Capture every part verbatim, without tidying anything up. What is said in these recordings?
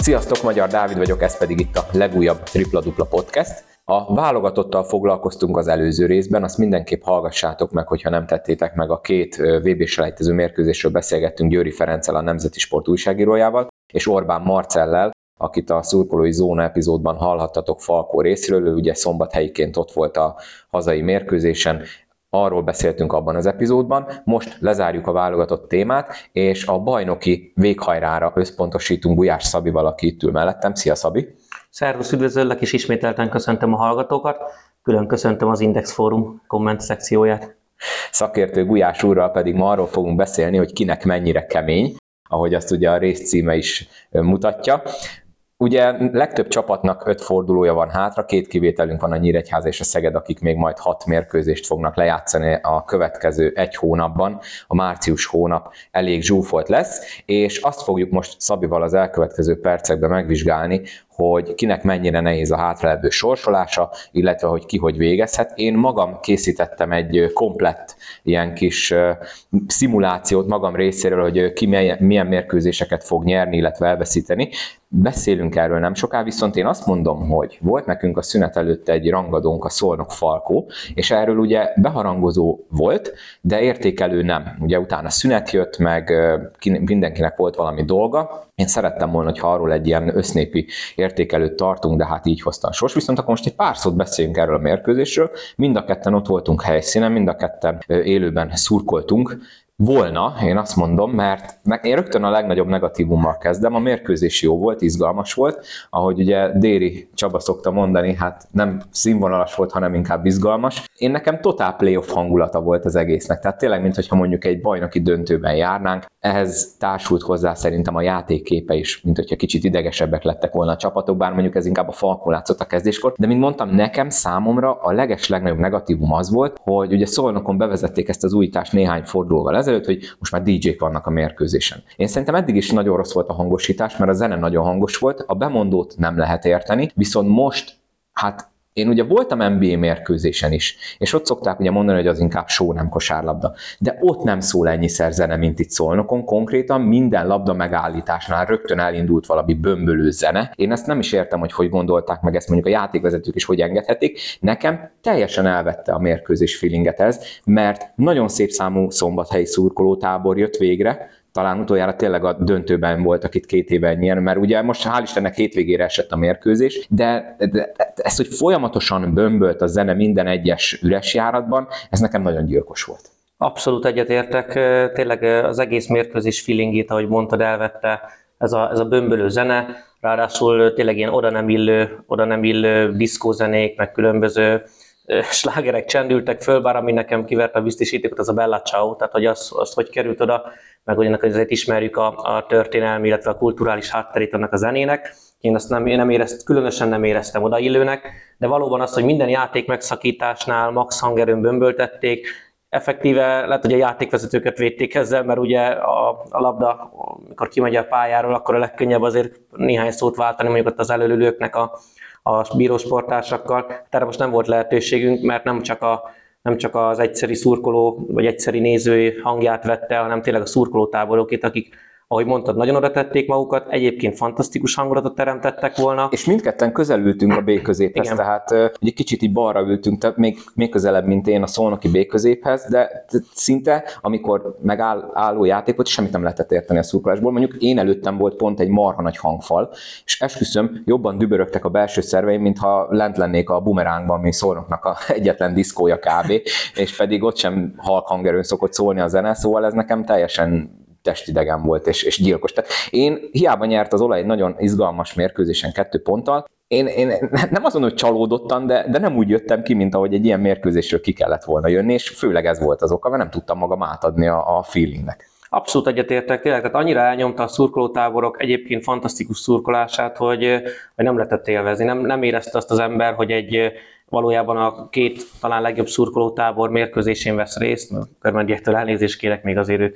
Sziasztok, Magyar Dávid vagyok, ez pedig itt a legújabb Tripla Dupla Podcast. A válogatottal foglalkoztunk az előző részben, azt mindenképp hallgassátok meg, hogyha nem tettétek meg, a két vé bé-selejtező mérkőzésről beszélgettünk Győri Ferenccel, a Nemzeti Sport újságírójával, és Orbán Marcellel, akit a szurkolói zóna epizódban hallhattatok Falkó részről, ő ugye szombathelyiként ott volt a hazai mérkőzésen. Arról beszéltünk abban az epizódban, most lezárjuk a válogatott témát, és a bajnoki véghajrára összpontosítunk Gulyás Szabival, aki itt ül mellettem. Szia, Szabi! Szervusz, üdvözöllek, és ismételten köszöntöm a hallgatókat, külön köszöntöm az Index Fórum komment szekcióját. Szakértő Gulyás úrral pedig ma arról fogunk beszélni, hogy kinek mennyire kemény, ahogy azt ugye a rész címe is mutatja. Ugye legtöbb csapatnak öt fordulója van hátra, két kivételünk van, a Nyíregyháza és a Szeged, akik még majd hat mérkőzést fognak lejátszani a következő egy hónapban. A március hónap elég zsúfolt lesz, és azt fogjuk most Szabival az elkövetkező percekben megvizsgálni, hogy kinek mennyire nehéz a hátralevő sorsolása, illetve hogy ki hogy végezhet. Én magam készítettem egy komplett ilyen kis szimulációt magam részéről, hogy ki milyen mérkőzéseket fog nyerni, illetve elveszíteni. Beszélünk erről nem soká, viszont én azt mondom, hogy volt nekünk a szünet előtt egy rangadónk, a Szolnok Falkó, és erről ugye beharangozó volt, de értékelő nem. Ugye utána szünet jött, meg mindenkinek volt valami dolga. Én szerettem volna, hogyha arról egy ilyen össznépi értékelőt tartunk, de hát így hozta a sors. Viszont akkor most egy pár szót beszéljünk erről a mérkőzésről. Mind a ketten ott voltunk helyszínen, mind a ketten élőben szurkoltunk. Volna, én azt mondom, mert én rögtön a legnagyobb negatívummal kezdem. A mérkőzés jó volt, izgalmas volt, ahogy ugye Déri Csaba szokta mondani, hát nem színvonalas volt, hanem inkább izgalmas. Én nekem totál playoff hangulata volt az egésznek, tehát tényleg, mintha mondjuk egy bajnoki döntőben járnánk. Ehhez társult hozzá szerintem a játékképe is, mint hogyha kicsit idegesebbek lettek volna a csapatok, bár mondjuk ez inkább a Falkón látszott a kezdéskor. De mint mondtam, nekem számomra a leges legnagyobb negatívum az volt, hogy ugye Szolnokon bevezették ezt az újítást néhány fordulóval ezelőtt, hogy most már dé jék vannak a mérkőzésen. Én szerintem eddig is nagyon rossz volt a hangosítás, mert a zene nagyon hangos volt, a bemondót nem lehet érteni, viszont most, hát én ugye voltam en bé á mérkőzésen is, és ott szokták ugye mondani, hogy az inkább show, nem kosárlabda. De ott nem szól ennyiszer zene, mint itt Szolnokon, konkrétan minden labda megállításnál rögtön elindult valami bömbölő zene. Én ezt nem is értem, hogy hogy gondolták meg ezt, mondjuk a játékvezetők is hogy engedhetik. Nekem teljesen elvette a mérkőzés feelinget ez, mert nagyon szép számú szombathelyi szurkolótábor jött végre. Talán utoljára tényleg a döntőben voltak itt két éve ennyien, mert ugye most hál' Istennek hétvégére esett a mérkőzés, de, de ez, hogy folyamatosan bömbölt a zene minden egyes üres járatban, ez nekem nagyon gyilkos volt. Abszolút egyetértek, tényleg az egész mérkőzés feelingét, ahogy mondtad, elvette ez a, ez a bömbölő zene, ráadásul tényleg ilyen oda nem illő, oda nem illő diszkózenék, meg különböző slágerek csendültek föl, bár ami nekem kiverte a biztosítékot, az a Bella Ciao, tehát hogy az, az hogy került oda, meg hogy ennek azért ismerjük a, a történelmi, illetve a kulturális hátterét annak a zenének. Én azt nem, én nem érezt, különösen nem éreztem odaillőnek, de valóban az, hogy minden játék megszakításnál max hangerőn bömböltették, effektíve lehet, hogy a játékvezetőket védték ezzel, mert ugye a, a labda, amikor kimegy a pályáról, akkor a legkönnyebb azért néhány szót váltani mondjuk ott az előlülőknek a a bírósporttársakkal. Tehát most nem volt lehetőségünk, mert nem csak, a, nem csak az egyszeri szurkoló, vagy egyszeri néző hangját vette, hanem tényleg a szurkolótáborokét, akik, ahogy mondtad, nagyon oda tették magukat, egyébként fantasztikus hangulatot teremtettek volna. És mindketten közel ültünk a B-középhez, tehát uh, egy kicsit így balra ültünk, tehát még, még közelebb, mint én a szolnoki B-középhez, de szinte, amikor megálló játék volt, semmit nem lehetett érteni a szurkolásból. Mondjuk én előttem volt pont egy marha nagy hangfal, és esküszöm, jobban dübörögtek a belső szerveim, mintha lent lennék a bumerángban, ami Szolnoknak a egyetlen diszkója kb. És pedig ott sem halk hangerőn szokott szólni a zene, szóval ez nekem teljesen testidegen volt és, és gyilkos. Tehát én hiába nyert az Olaj egy nagyon izgalmas mérkőzésen kettő ponttal, én, én nem azon, hogy csalódottan, de, de nem úgy jöttem ki, mint ahogy egy ilyen mérkőzésről ki kellett volna jönni, és főleg ez volt az oka, mert nem tudtam magam átadni a, a feelingnek. Abszolút egyetértek, tényleg, tehát annyira elnyomta a szurkolótáborok egyébként fantasztikus szurkolását, hogy, hogy nem lehetett élvezni. Nem, nem érezte azt az ember, hogy egy valójában a két talán legjobb szurkolótábor mérkőzésén vesz részt, Körmendiektől elnézést kérek, még azért ők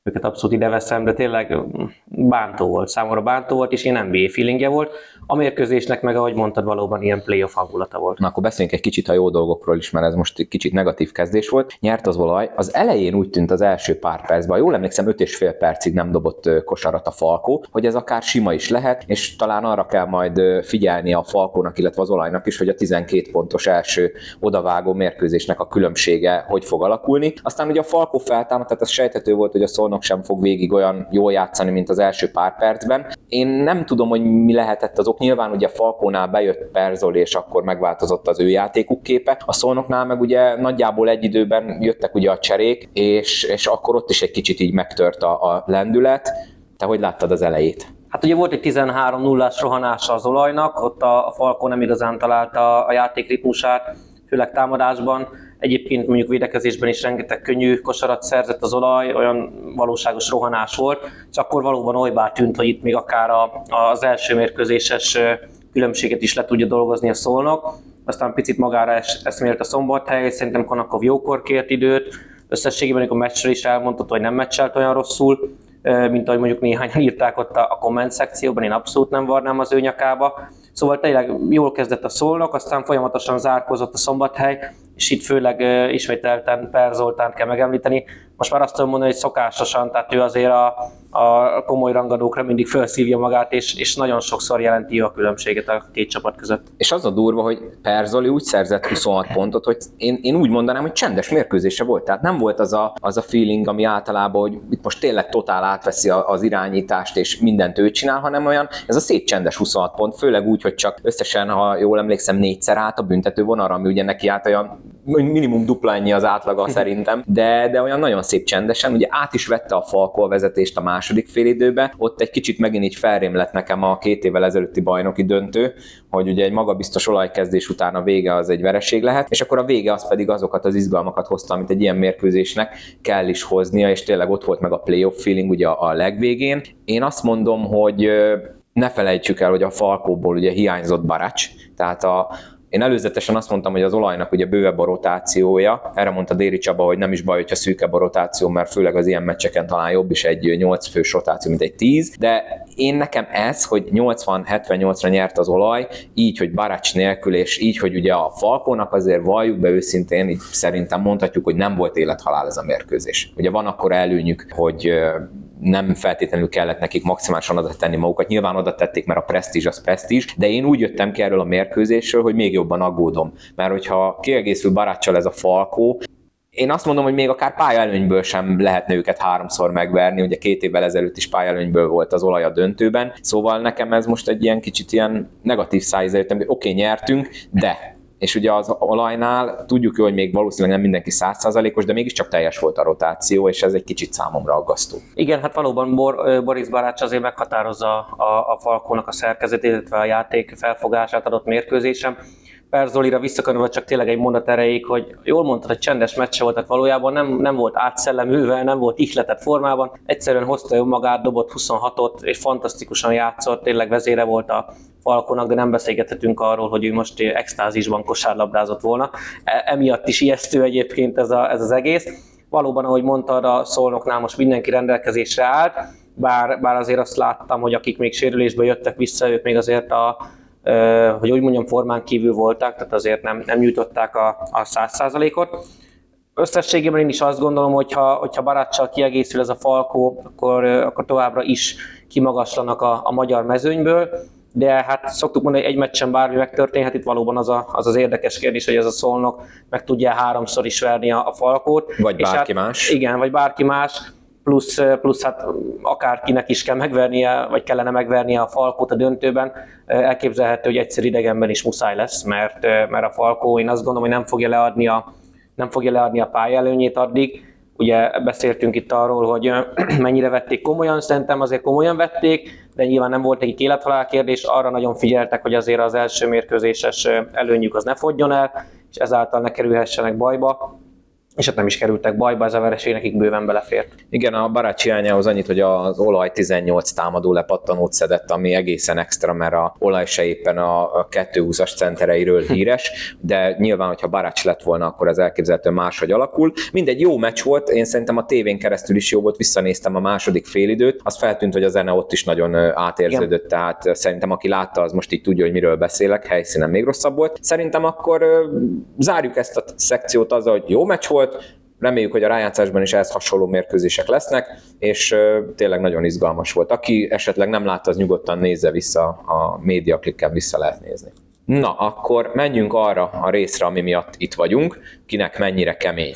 őket abszolút ide veszem, de tényleg bántó volt, számomra bántó volt, és ilyen en bé á feelingje volt. A mérkőzésnek meg, ahogy mondtad, valóban ilyen playoff hangulata volt. Na akkor beszéljünk egy kicsit a jó dolgokról is, mert ez most egy kicsit negatív kezdés volt. Nyert az olaj. Az elején úgy tűnt az első pár percben, jól emlékszem, öt és fél percig nem dobott kosarat a Falkó, hogy ez akár sima is lehet, és talán arra kell majd figyelni a Falkónak, illetve az olajnak is, hogy a tizenkét pontos első odavágó mérkőzésnek a különbsége hogy fog alakulni. Aztán ugye a Falkó feltámadt, tehát az sejthető volt, hogy a Szolnok sem fog végig olyan jól játszani, mint az első pár percben. Én nem tudom, hogy mi lehetett az ok. Nyilván ugye a Falkónál bejött Perzoli, és akkor megváltozott az ő játékuk képe. A Szolnoknál meg ugye nagyjából egy időben jöttek ugye a cserék, és, és akkor ott is egy kicsit így megtört a, a lendület. Te hogy láttad az elejét? Hát ugye volt egy tizenhárom nullás rohanása az olajnak, ott a, a Falkó nem igazán találta a játék ritmusát, főleg támadásban. Egyébként mondjuk védekezésben is rengeteg könnyű kosarat szerzett az olaj, olyan valóságos rohanás volt, és akkor valóban olybá tűnt, hogy itt még akár a, az első mérkőzéses különbséget is le tudja dolgozni a Szolnok. Aztán picit magára eszmélt a Szombathely, és szerintem Konakov jókor kért időt. Összességében a meccsről is elmondható, hogy nem meccselt olyan rosszul, mint ahogy mondjuk néhányan írták ott a komment szekcióban, én abszolút nem varnám az ő nyakába. Szóval tényleg jól kezdett a Szolnok, aztán folyamatosan zárkózott a Szombathely, és itt főleg uh, ismételten Per Zoltánt kell megemlíteni. Most már azt tudom mondani, hogy szokásosan, tehát ő azért a, a komoly rangadókra mindig felszívja magát, és, és nagyon sokszor jelenti a különbséget a két csapat között. És az a durva, hogy Per Zoli úgy szerzett huszonhat pontot, hogy én, én úgy mondanám, hogy csendes mérkőzése volt. Tehát nem volt az a, az a feeling, ami általában, hogy itt most tényleg totál átveszi az irányítást, és mindent ő csinál, hanem olyan, ez a szép csendes huszonhat pont, főleg úgy, hogy csak összesen, ha jól emlékszem, négyszer állt a büntető vonalra, ami ugye neki állt olyan minimum dupla ennyi az átlaga szerintem, de, de olyan nagyon szép csendesen, ugye át is vette a Falkó a vezetést a második félidőbe, ott egy kicsit megint így felrém lett nekem a két évvel ezelőtti bajnoki döntő, hogy ugye egy magabiztos olajkezdés után a vége az egy vereség lehet, és akkor a vége az pedig azokat az izgalmakat hozta, amit egy ilyen mérkőzésnek kell is hoznia, és tényleg ott volt meg a playoff feeling ugye a legvégén. Én azt mondom, hogy ne felejtsük el, hogy a Falkóból ugye hiányzott Baracs, tehát a Én előzetesen azt mondtam, hogy az olajnak ugye bővebb a rotációja, erre mondta Déri Csaba, hogy nem is baj, hogyha szűkebb a rotáció, mert főleg az ilyen meccseken talán jobb is egy nyolc fős rotáció, mint egy tíz, de én nekem ez, hogy nyolcvan hetvennyolcra nyert az olaj, így, hogy Baracs nélkül, és így, hogy ugye a Falkónak azért valljuk be őszintén, így szerintem mondhatjuk, hogy nem volt élethalál ez a mérkőzés. Ugye van akkor előnyük, hogy nem feltétlenül kellett nekik maximálisan oda tenni magukat. Nyilván oda tették, mert a presztízs az presztízs, de én úgy jöttem ki erről a mérkőzésről, hogy még jobban aggódom. Mert hogyha kiegészül Baraccsal ez a Falkó, én azt mondom, hogy még akár pályaelőnyből sem lehetne őket háromszor megverni, ugye két évvel ezelőtt is pályaelőnyből volt az olaj a döntőben, szóval nekem ez most egy ilyen kicsit ilyen negatív szájízzel jöttem, hogy oké, okay, nyertünk, de... És ugye az olajnál tudjuk, hogy még valószínűleg nem mindenki száz százalékos, de mégiscsak teljes volt a rotáció, és ez egy kicsit számomra aggasztó. Igen, hát valóban Bor- Boris Baracs azért meghatározza a, a Falkónak a szerkezetét, illetve a játék felfogását adott mérkőzésem. Per Zolira visszakanyarodva csak tényleg egy mondat erejéig, hogy jól mondtad, hogy csendes meccse volt, tehát valójában nem, nem volt átszellemülve, nem volt ihletett formában, egyszerűen hozta önmagát, dobott huszonhatot, és fantasztikusan játszott, tényleg vezére volt a Falkónak, de nem beszélgethetünk arról, hogy ő most extázisban kosárlabdázott volna. Emiatt is ijesztő egyébként ez, a, ez az egész. Valóban, ahogy mondtad, a Szolnoknál most mindenki rendelkezésre állt, bár, bár azért azt láttam, hogy akik még sérülésből jöttek vissza, ők még azért a hogy úgy mondjam, formán kívül voltak, tehát azért nem, nem nyújtották a száz százalékot. Összességében én is azt gondolom, hogy ha, hogyha Baraccsal kiegészül ez a Falkó, akkor, akkor továbbra is kimagaslanak a, a magyar mezőnyből, de hát szoktuk mondani, hogy egy meccsen bármi megtörténhet, itt valóban az, a, az az érdekes kérdés, hogy ez a Szolnok meg tudja háromszor is verni a, a Falkót. Vagy bárki hát, más. Igen, vagy bárki más. Plusz, plusz hát akárkinek is kell megvernie, vagy kellene megvernie a Falkót a döntőben. Elképzelhető, hogy egyszer idegenben is muszáj lesz, mert, mert a Falkó, én azt gondolom, hogy nem fogja leadni a, nem fogja leadni a pályaelőnyét addig. Ugye beszéltünk itt arról, hogy mennyire vették komolyan, szerintem azért komolyan vették, de nyilván nem volt egy élethalál kérdés, arra nagyon figyeltek, hogy azért az első mérkőzéses előnyük az ne fogjon el, és ezáltal ne kerülhessenek bajba. és ott nem is kerültek bajba, ez a vereség nekik bőven belefért. Igen, a Barát hiányához annyit, hogy az Olaj tizennyolc támadó lepattanót szedett, ami egészen extra, mert a Olaj se éppen a kettőhúszas centereiről híres, de nyilván, hogyha Barát lett volna, akkor ez elképzelhetően máshogy alakul. Mindegy, jó meccs volt, én szerintem a tévén keresztül is jó volt, visszanéztem a második félidőt, az feltűnt, hogy a zene ott is nagyon átérződött, igen. Tehát szerintem aki látta, az most így tudja, hogy miről beszélek, helyszínen még rosszabb volt. Szerintem akkor zárjuk ezt a szekciót azzal, hogy jó meccs volt, reméljük, hogy a rájátszásban is ehhez hasonló mérkőzések lesznek, és tényleg nagyon izgalmas volt. Aki esetleg nem látta, az nyugodtan nézze vissza, a médiaklikken vissza lehet nézni. Na, akkor menjünk arra a részre, ami miatt itt vagyunk, kinek mennyire kemény.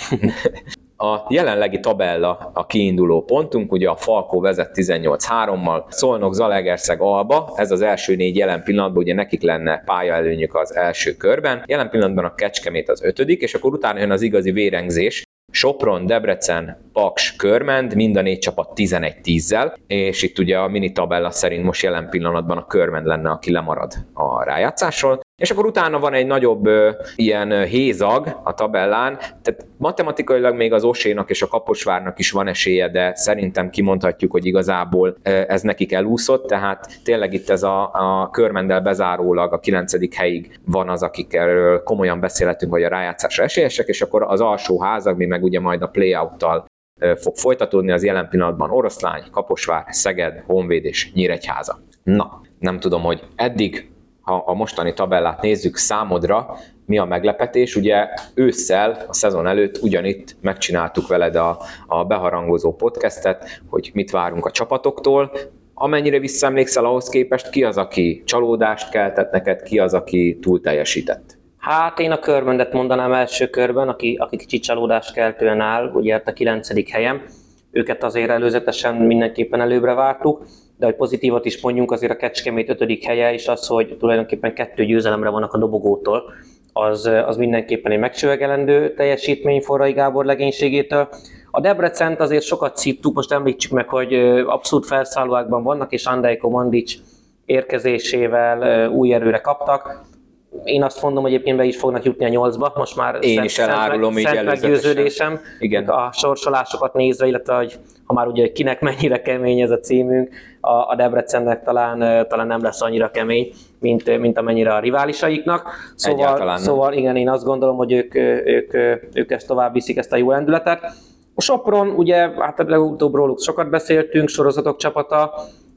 A jelenlegi tabella a kiinduló pontunk, ugye a Falkó vezet tizennyolc hárommal, Szolnok, Zalaegerszeg, Alba, ez az első négy jelen pillanatban, ugye nekik lenne pályaelőnyük az első körben, jelen pillanatban a Kecskemét az ötödik, és akkor utána jön az igazi vérengzés, Sopron, Debrecen, Paks, Körmend, mind a négy csapat tizenegy tízzel, és itt ugye a mini tabella szerint most jelen pillanatban a Körmend lenne, aki lemarad a rájátszásról. És akkor utána van egy nagyobb ö, ilyen hézag a tabellán, tehát matematikailag még az Osénak és a Kaposvárnak is van esélye, de szerintem kimondhatjuk, hogy igazából ez nekik elúszott, tehát tényleg itt ez a, a Körmenddel bezárólag a kilencedik helyig van az, akikről komolyan beszélhetünk, hogy a rájátszásra esélyesek, és akkor az alsó házag, mi meg ugye majd a play-out-tal fog folytatódni, az jelen pillanatban Oroszlány, Kaposvár, Szeged, Honvéd és Nyíregyháza. Na, nem tudom, hogy eddig, ha a mostani tabellát nézzük, számodra mi a meglepetés? Ugye ősszel, a szezon előtt ugyanitt megcsináltuk veled a, a beharangozó podcastet, hogy mit várunk a csapatoktól. Amennyire visszaemlékszel, ahhoz képest ki az, aki csalódást keltett neked, ki az, aki túl teljesített? Hát én a Körmendet mondanám első körben, aki, aki kicsit csalódást keltően áll, ugye a kilencedik helyem. Őket azért előzetesen mindenképpen előbbre vártuk, de hogy pozitívat is mondjunk, azért a Kecskemét ötödik helye, és az, hogy tulajdonképpen kettő győzelemre vannak a dobogótól, az, az mindenképpen egy megcsövegelendő teljesítmény Forrai Gábor legénységétől. A Debrecent azért sokat szívtuk, most említsük meg, hogy abszolút felszállóákban vannak, és Andejko Mandic érkezésével új erőre kaptak. Én azt mondom, hogy egyébként be is fognak jutni a nyolcba, most már Én szent, is elárulom szent, így szent meggyőződésem. Igen. A sorsolásokat nézve, illetve hogy ha már ugye, hogy kinek mennyire kemény ez a címünk, a, a Debrecennek talán, talán nem lesz annyira kemény, mint, mint amennyire a riválisaiknak. Szóval, szóval igen, én azt gondolom, hogy ők, ők, ők ezt tovább viszik, ezt a jó lendületet. A Sopron, ugye, hát legutóbb róluk sokat beszéltünk, sorozatok csapata.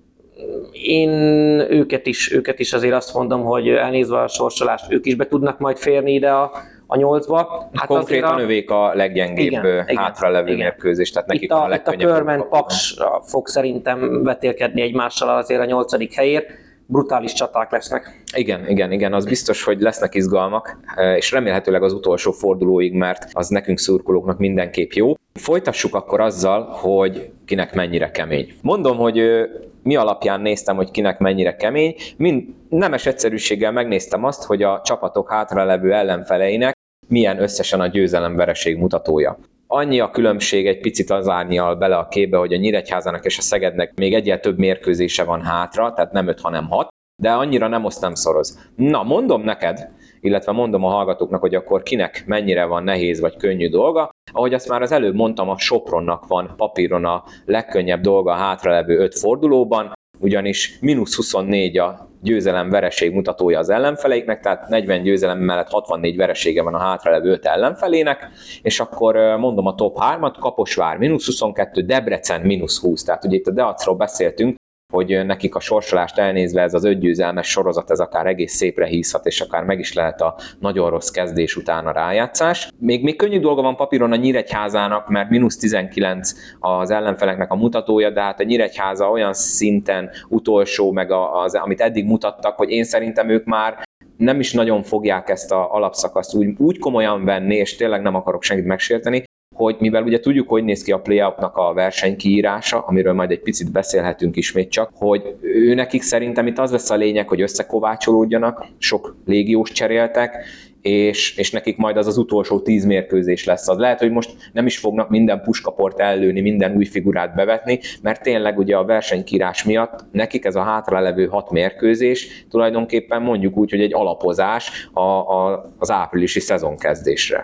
Én őket is, őket is azért azt mondom, hogy elnézve a sorsolást, ők is be tudnak majd férni ide a, a nyolcba. Hát konkrétan a... övék a leggyengébb igen, hátralevő mérkőzés, tehát nekik itt a, a legkönnyebb. Itt a Körmend Paks fog szerintem vetélkedni egymással azért a nyolcadik helyért. Brutális csaták lesznek. Igen, igen, igen, az biztos, hogy lesznek izgalmak, és remélhetőleg az utolsó fordulóig, mert az nekünk szurkolóknak mindenképp jó. Folytassuk akkor azzal, hogy kinek mennyire kemény. Mondom, hogy mi alapján néztem, hogy kinek mennyire kemény. Mind nemes egyszerűséggel megnéztem azt, hogy a csapatok hátralevő ellenfeleinek milyen összesen a győzelem-vereség mutatója. Annyi a különbség, egy picit az árnyal bele a képbe, hogy a Nyíregyházának és a Szegednek még egyel több mérkőzése van hátra, tehát nem öt, hanem hat, de annyira nem oszt, nem szoroz. Na, mondom neked, illetve mondom a hallgatóknak, hogy akkor kinek mennyire van nehéz vagy könnyű dolga. Ahogy azt már az előbb mondtam, a Sopronnak van papíron a legkönnyebb dolga a hátralevő öt fordulóban, ugyanis mínusz huszonnégy a győzelem-vereség mutatója az ellenfeleiknek, tehát negyven győzelem mellett hatvannégy veresége van a hátralevő öt ellenfelének, és akkor mondom a top hármat, Kaposvár mínusz huszonkettő, Debrecen mínusz húsz, tehát ugye itt a Deacról beszéltünk, hogy nekik a sorsolást elnézve ez az öt győzelmes sorozat, ez akár egész szépre hízhat, és akár meg is lehet a nagyon rossz kezdés után a rájátszás. Még, még könnyű dolga van papíron a Nyíregyházának, mert mínusz tizenkilenc az ellenfeleknek a mutatója, de hát a Nyíregyháza olyan szinten utolsó, meg az, amit eddig mutattak, hogy én szerintem ők már nem is nagyon fogják ezt az alapszakaszt úgy, úgy komolyan venni, és tényleg nem akarok senkit megsérteni, hogy mivel ugye tudjuk, hogy néz ki a play-outnak a versenykiírása, amiről majd egy picit beszélhetünk ismét csak, hogy ő nekik szerintem itt az lesz a lényeg, hogy összekovácsolódjanak, sok légiós cseréltek, és, és nekik majd az az utolsó tíz mérkőzés lesz. Az lehet, hogy most nem is fognak minden puskaport ellőni, minden új figurát bevetni, mert tényleg ugye a versenykírás miatt nekik ez a hátralevő hat mérkőzés tulajdonképpen mondjuk úgy, hogy egy alapozás a, a, az áprilisi szezonkezdésre.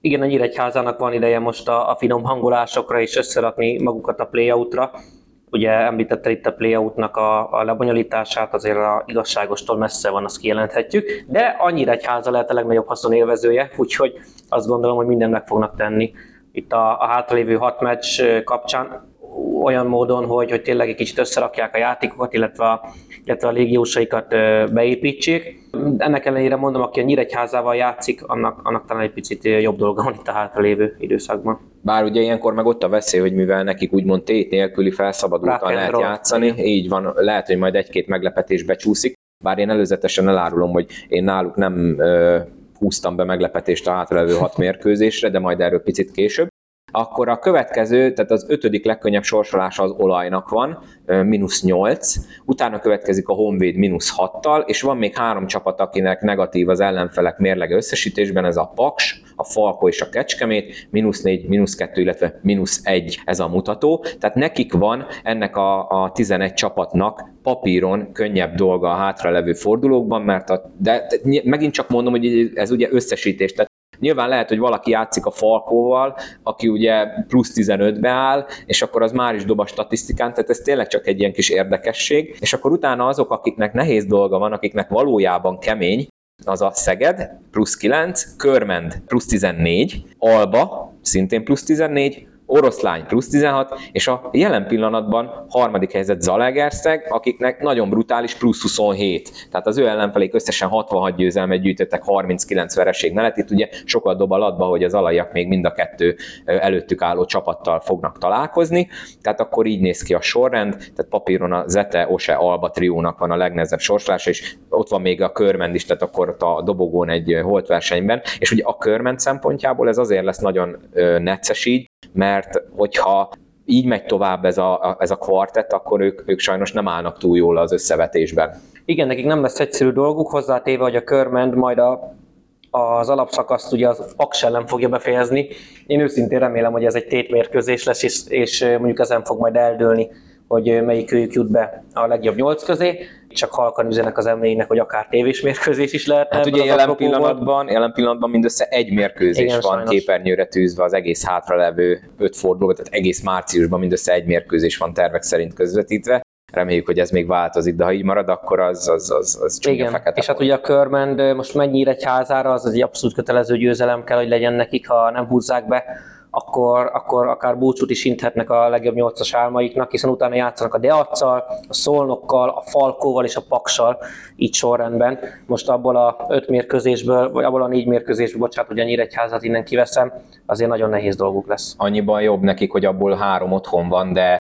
Igen, a Nyíregyházának van ideje most a, a finom hangolásokra és összerakni magukat a playoutra. Ugye említette itt a playoutnak a, a lebonyolítását, azért a igazságostól messze van, azt kijelenthetjük, de a Nyíregyháza lehet a legnagyobb haszonélvezője, úgyhogy azt gondolom, hogy mindent meg fognak tenni itt a, a hátralévő hat meccs kapcsán, olyan módon, hogy, hogy tényleg egy kicsit összerakják a játékokat, illetve a, illetve a légiósaikat beépítsék. Ennek ellenére mondom, aki a Nyíregyházával játszik, annak, annak talán egy picit jobb dolga van itt a hátralévő időszakban. Bár ugye ilyenkor meg ott a veszély, hogy mivel nekik úgymond tét nélküli felszabadultan lehet játszani, igen. Így van, lehet, hogy majd egy-két meglepetés becsúszik, bár én előzetesen elárulom, hogy én náluk nem ö, húztam be meglepetést a hátralévő hat mérkőzésre, de majd erről picit később. Akkor a következő, tehát az ötödik legkönnyebb sorsolása az Olajnak van, mínusz nyolc, utána következik a Honvéd mínusz hattal, és van még három csapat, akinek negatív az ellenfelek mérlege összesítésben, ez a Paks, a Falko és a Kecskemét, mínusz négy, mínusz kettő, illetve mínusz egy ez a mutató. Tehát nekik van ennek a, a tizenegy csapatnak papíron könnyebb dolga a hátralevő fordulókban, mert a, de, de megint csak mondom, hogy ez ugye összesítés, tehát nyilván lehet, hogy valaki játszik a Falkóval, aki ugye plusz tizenötbe áll, és akkor az már is dob a statisztikán, tehát ez tényleg csak egy ilyen kis érdekesség. És akkor utána azok, akiknek nehéz dolga van, akiknek valójában kemény, az a Szeged, plusz kilenc, Körmend, plusz tizennégy, Alba, szintén plusz tizennégy, Oroszlány plusz tizenhat, és a jelen pillanatban harmadik helyzet Zalaegerszeg, akiknek nagyon brutális plusz huszonhét. Tehát az ő ellenfelék összesen hatvanhat győzelmet gyűjtöttek harminckilenc vereség mellett. Itt ugye sokat dob a latba, hogy az alaiak még mind a kettő előttük álló csapattal fognak találkozni. Tehát akkor így néz ki a sorrend, tehát papíron a Zete, Ose, Alba triónak van a legnehezebb sorsolása, és ott van még a Körmend is, tehát akkor ott a dobogón egy holtversenyben. És ugye a Körmend szempontjából ez azért lesz nagyon necces így, mert hogyha így megy tovább ez a, ez a kvartett, akkor ők, ők sajnos nem állnak túl jól az összevetésben. Igen, nekik nem lesz egyszerű dolguk, hozzátéve, hogy a Körmend majd a, az alapszakaszt ugye az Paks ellen fogja befejezni. Én őszintén remélem, hogy ez egy tétmérkőzés lesz, és, és mondjuk ezen fog majd eldőlni, hogy melyik őjük jut be a legjobb nyolc közé. Csak halkan üzenek az emléinek, hogy akár tévés mérkőzés is lehet. Hát ugye jelen pillanatban, jelen pillanatban mindössze egy mérkőzés igen, van sajnos képernyőre tűzve az egész hátralevő öt forduló, tehát egész márciusban mindössze egy mérkőzés van tervek szerint közvetítve. Reméljük, hogy ez még változik, de ha így marad, akkor az, az, az, az csúnya fekete. És hát ugye a Körmend most megy Nyíregyházára, az egy abszolút kötelező győzelem kell, hogy legyen nekik, ha nem húzzák be, akkor, akkor akár búcsút is inthetnek a legjobb nyolcas álmaiknak, hiszen utána játszanak a Deacccal, a Szolnokkal, a Falkóval és a Paksal, így sorrendben. Most abból a öt mérkőzésből, vagy abból a négy mérkőzésből, bocsánat, hogy a Nyíregyházat innen kiveszem, azért nagyon nehéz dolguk lesz. Annyiban jobb nekik, hogy abból három otthon van, de,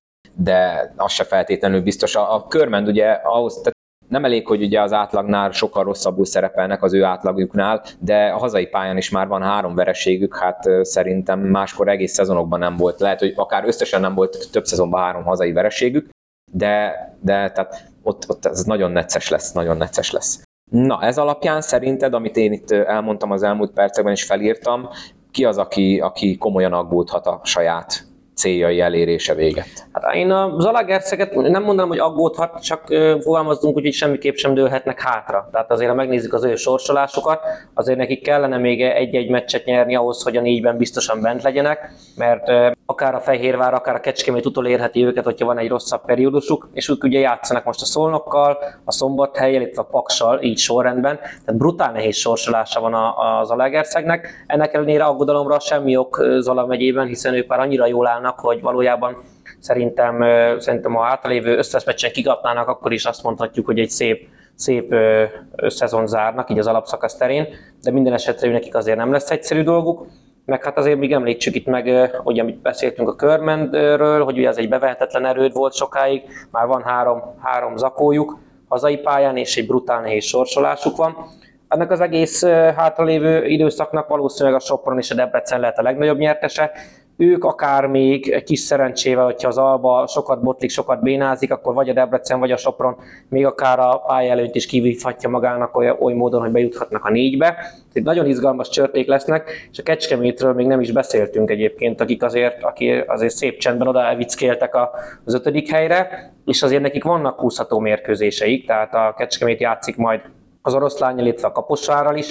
de az se feltétlenül biztos. A, a Körmend ugye ahhoz, tehát nem elég, hogy ugye az átlagnál sokkal rosszabbul szerepelnek az ő átlagjuknál, de a hazai pályán is már van három vereségük, hát szerintem máskor egész szezonokban nem volt. Lehet, hogy akár összesen nem volt több szezonban három hazai vereségük, de, de tehát ott, ott ez nagyon necces lesz, nagyon necces lesz. Na, ez alapján szerinted, amit én itt elmondtam az elmúlt percekben és felírtam, ki az, aki, aki komolyan aggódhat a saját céljai elérése véget? Hát én a Zalaegerszeget nem mondanám, hogy aggódhat, csak fogalmazzunk úgy, hogy semmiképp sem dőlhetnek hátra. Tehát azért, ha megnézzük az ő sorsolásokat, azért nekik kellene még egy-egy meccset nyerni ahhoz, hogy a négyben biztosan bent legyenek, mert akár a Fehérvár, akár a Kecskemét utolérheti őket, hogyha van egy rosszabb periódusuk, és ők ugye játszanak most a Szolnokkal, a Szombathellyel, illetve a Paksal, így sorrendben, tehát brutál nehéz sorsolása van a, a Zalaegerszegnek. Ennek ellenére aggodalomra semmi ok Zala megyében, hiszen ők már annyira jól állnak, hogy valójában szerintem, szerintem ha hátralévő összes meccsen kikapnának, akkor is azt mondhatjuk, hogy egy szép, szép szezon zárnak, így az alapszakasz terén, de minden esetre nekik azért nem lesz egyszerű dolguk. Meg hát azért még említsük itt meg, hogy amit beszéltünk a Körmendről, hogy ugye ez egy bevehetetlen erőd volt sokáig, már van három, három zakójuk hazai pályán, és egy brutál nehéz sorsolásuk van. Ennek az egész hátralévő időszaknak valószínűleg a Sopron és a Debrecen lehet a legnagyobb nyertese. Ők akár még kis szerencsével, hogyha az Alba sokat botlik, sokat bénázik, akkor vagy a Debrecen, vagy a Sopron még akár a pálya előtt is kivívhatja magának oly, oly módon, hogy bejuthatnak a négybe. Itt nagyon izgalmas csörték lesznek, és a Kecskemétről még nem is beszéltünk egyébként, akik azért, akik azért szép csendben oda elvickéltek az ötödik helyre, és azért nekik vannak húzható mérkőzéseik, tehát a Kecskemét játszik majd az Oroszlánnyal, illetve a Kaposvárral is.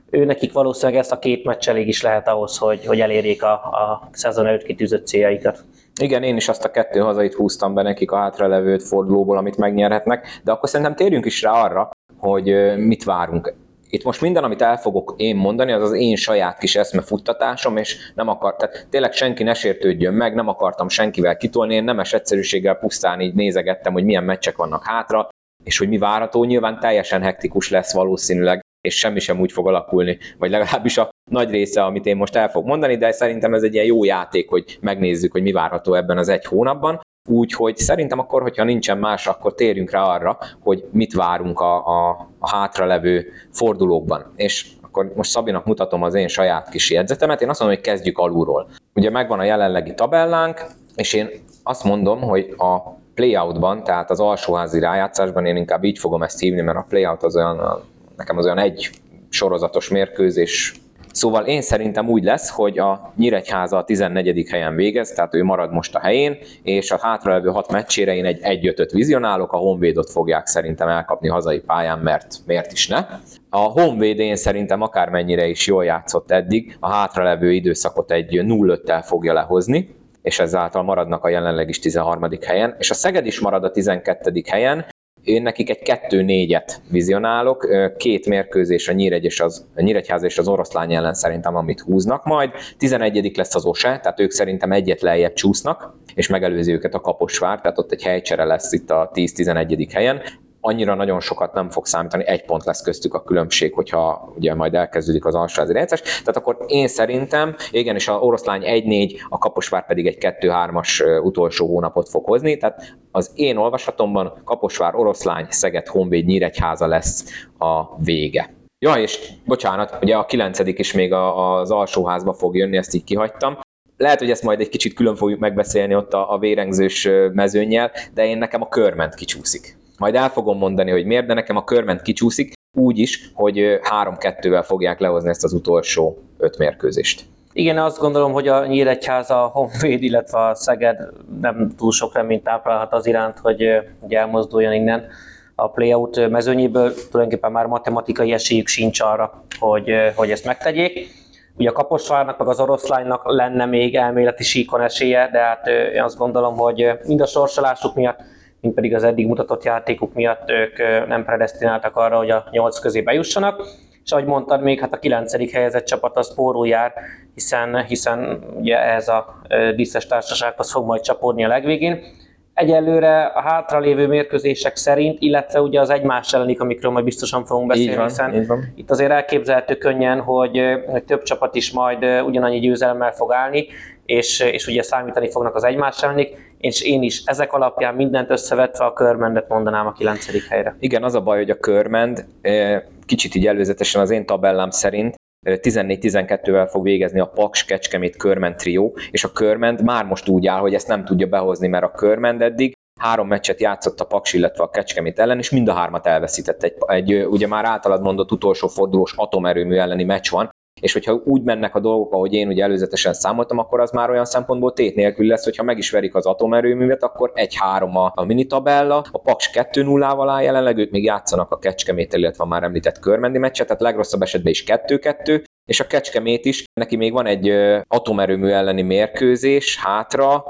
ő nekik valószínűleg ezt a két meccs elég is lehet ahhoz, hogy, hogy elérjék a, a szezon előtt kitűzött céljaikat. Igen, én is azt a kettő hazait húztam be nekik a hátralevő öt fordulóból, amit megnyerhetnek, de akkor szerintem térjünk is rá arra, hogy mit várunk. Itt most minden, amit el fogok én mondani, az az én saját kis eszmefuttatásom, és nem akar, tehát tényleg senki ne sértődjön meg, nem akartam senkivel kitolni, én nemes egyszerűséggel pusztán így nézegettem, hogy milyen meccsek vannak hátra, és hogy mi várható, nyilván teljesen hektikus lesz valószínűleg, és semmi sem úgy fog alakulni, vagy legalábbis a nagy része, amit én most el fogok mondani, de szerintem ez egy ilyen jó játék, hogy megnézzük, hogy mi várható ebben az egy hónapban. Úgyhogy szerintem akkor, hogyha nincsen más, akkor térjünk rá arra, hogy mit várunk a, a, a hátralevő fordulókban. És akkor most Szabinak mutatom az én saját kis jegyzetemet, én azt mondom, hogy kezdjük alulról. Ugye megvan a jelenlegi tabellánk, és én azt mondom, hogy a playoutban, tehát az alsóházi rájátszásban, én inkább így fogom ezt hívni, mert a playout az olyan, nekem az olyan egy sorozatos mérkőzés. Szóval én szerintem úgy lesz, hogy a Nyíregyháza a tizennegyedik helyen végez, tehát ő marad most a helyén, és a hátralevő hat meccsére én egy egy ötöt vizionálok, a Honvédot fogják szerintem elkapni hazai pályán, mert miért is ne. A Honvéd én szerintem akármennyire is jól játszott eddig, a hátralevő időszakot egy nulla öttel fogja lehozni, és ezáltal maradnak a jelenleg is tizenharmadik helyen, és a Szeged is marad a tizenkettedik helyen, én nekik egy kettő négyet vizionálok, két mérkőzés a, Nyíregy és az, a Nyíregyháza és az Oroszlány ellen szerintem, amit húznak majd. tizenegyedik lesz az Ose, tehát ők szerintem egyet lejjebb csúsznak, és megelőzi őket a Kaposvár, tehát ott egy helycsere lesz itt a tíz-tizenegyedik helyen. Annyira nagyon sokat nem fog számítani, egy pont lesz köztük a különbség, hogyha ugye majd elkezdődik az alsóházi rájátszás. Tehát akkor én szerintem, igen, és az Oroszlány egy négy, a Kaposvár pedig egy kettő hármas utolsó hónapot fog hozni, tehát az én olvasatomban Kaposvár, Oroszlány, Szeged, Honvéd, Nyíregyháza lesz a vége. Ja, és bocsánat, ugye a kilencedik is még az alsóházba fog jönni, ezt így kihagytam. Lehet, hogy ezt majd egy kicsit külön fogjuk megbeszélni ott a, a vérengzős mezőnnyel, de én nekem a Körment kicsúszik. Majd el fogom mondani, hogy miért, de nekem a Körment kicsúszik úgy is, hogy három kettővel fogják lehozni ezt az utolsó öt mérkőzést. Igen, azt gondolom, hogy a Nyíregyháza, a Honvéd, illetve a Szeged nem túl sok reményt táplálhat az iránt, hogy ugye elmozduljon innen a playout mezőnyéből. Tulajdonképpen már matematikai esélyük sincs arra, hogy, hogy ezt megtegyék. Ugye a Kaposvárnak, meg az Oroszlánynak lenne még elméleti síkon esélye, de hát én azt gondolom, hogy mind a sorsolásuk miatt, mint pedig az eddig mutatott játékuk miatt ők nem predesztináltak arra, hogy a nyolc közé bejussanak. És ahogy mondtad, még hát a kilencedik helyezett csapat az pórul jár, hiszen, hiszen ugye ehhez a díszes társasághoz fog majd csapódni a legvégén. Egyelőre a hátralévő mérkőzések szerint, illetve ugye az egymás ellenik, amikről majd biztosan fogunk beszélni, van, hiszen itt azért elképzelhető könnyen, hogy, hogy több csapat is majd ugyanannyi győzelemmel fog állni, és, és ugye számítani fognak az egymás ellenik, és én is ezek alapján mindent összevetve a Körmendet mondanám a kilencedik helyre. Igen, az a baj, hogy a Körmend kicsit így előzetesen az én tabellám szerint tizennégy tizenkettővel fog végezni a Paks, Kecskemét, Körmend trió, és a Körmend már most úgy áll, hogy ezt nem tudja behozni, mert a Körmend eddig három meccset játszott a Paks, illetve a Kecskemét ellen, és mind a hármat elveszített. Egy, egy ugye már általad mondott utolsó fordulós atomerőmű elleni meccs van, és hogyha úgy mennek a dolgok, ahogy én ugye előzetesen számoltam, akkor az már olyan szempontból tét nélkül lesz, hogyha meg is verik az atomerőművet, akkor egy három a, a minitabella, a Paks kettő nullával áll jelenleg, ők még játszanak a Kecskeméttel, illetve a már említett körmendi meccset, tehát legrosszabb esetben is kettő kettő, és a Kecskemét is, neki még van egy atomerőmű elleni mérkőzés hátra,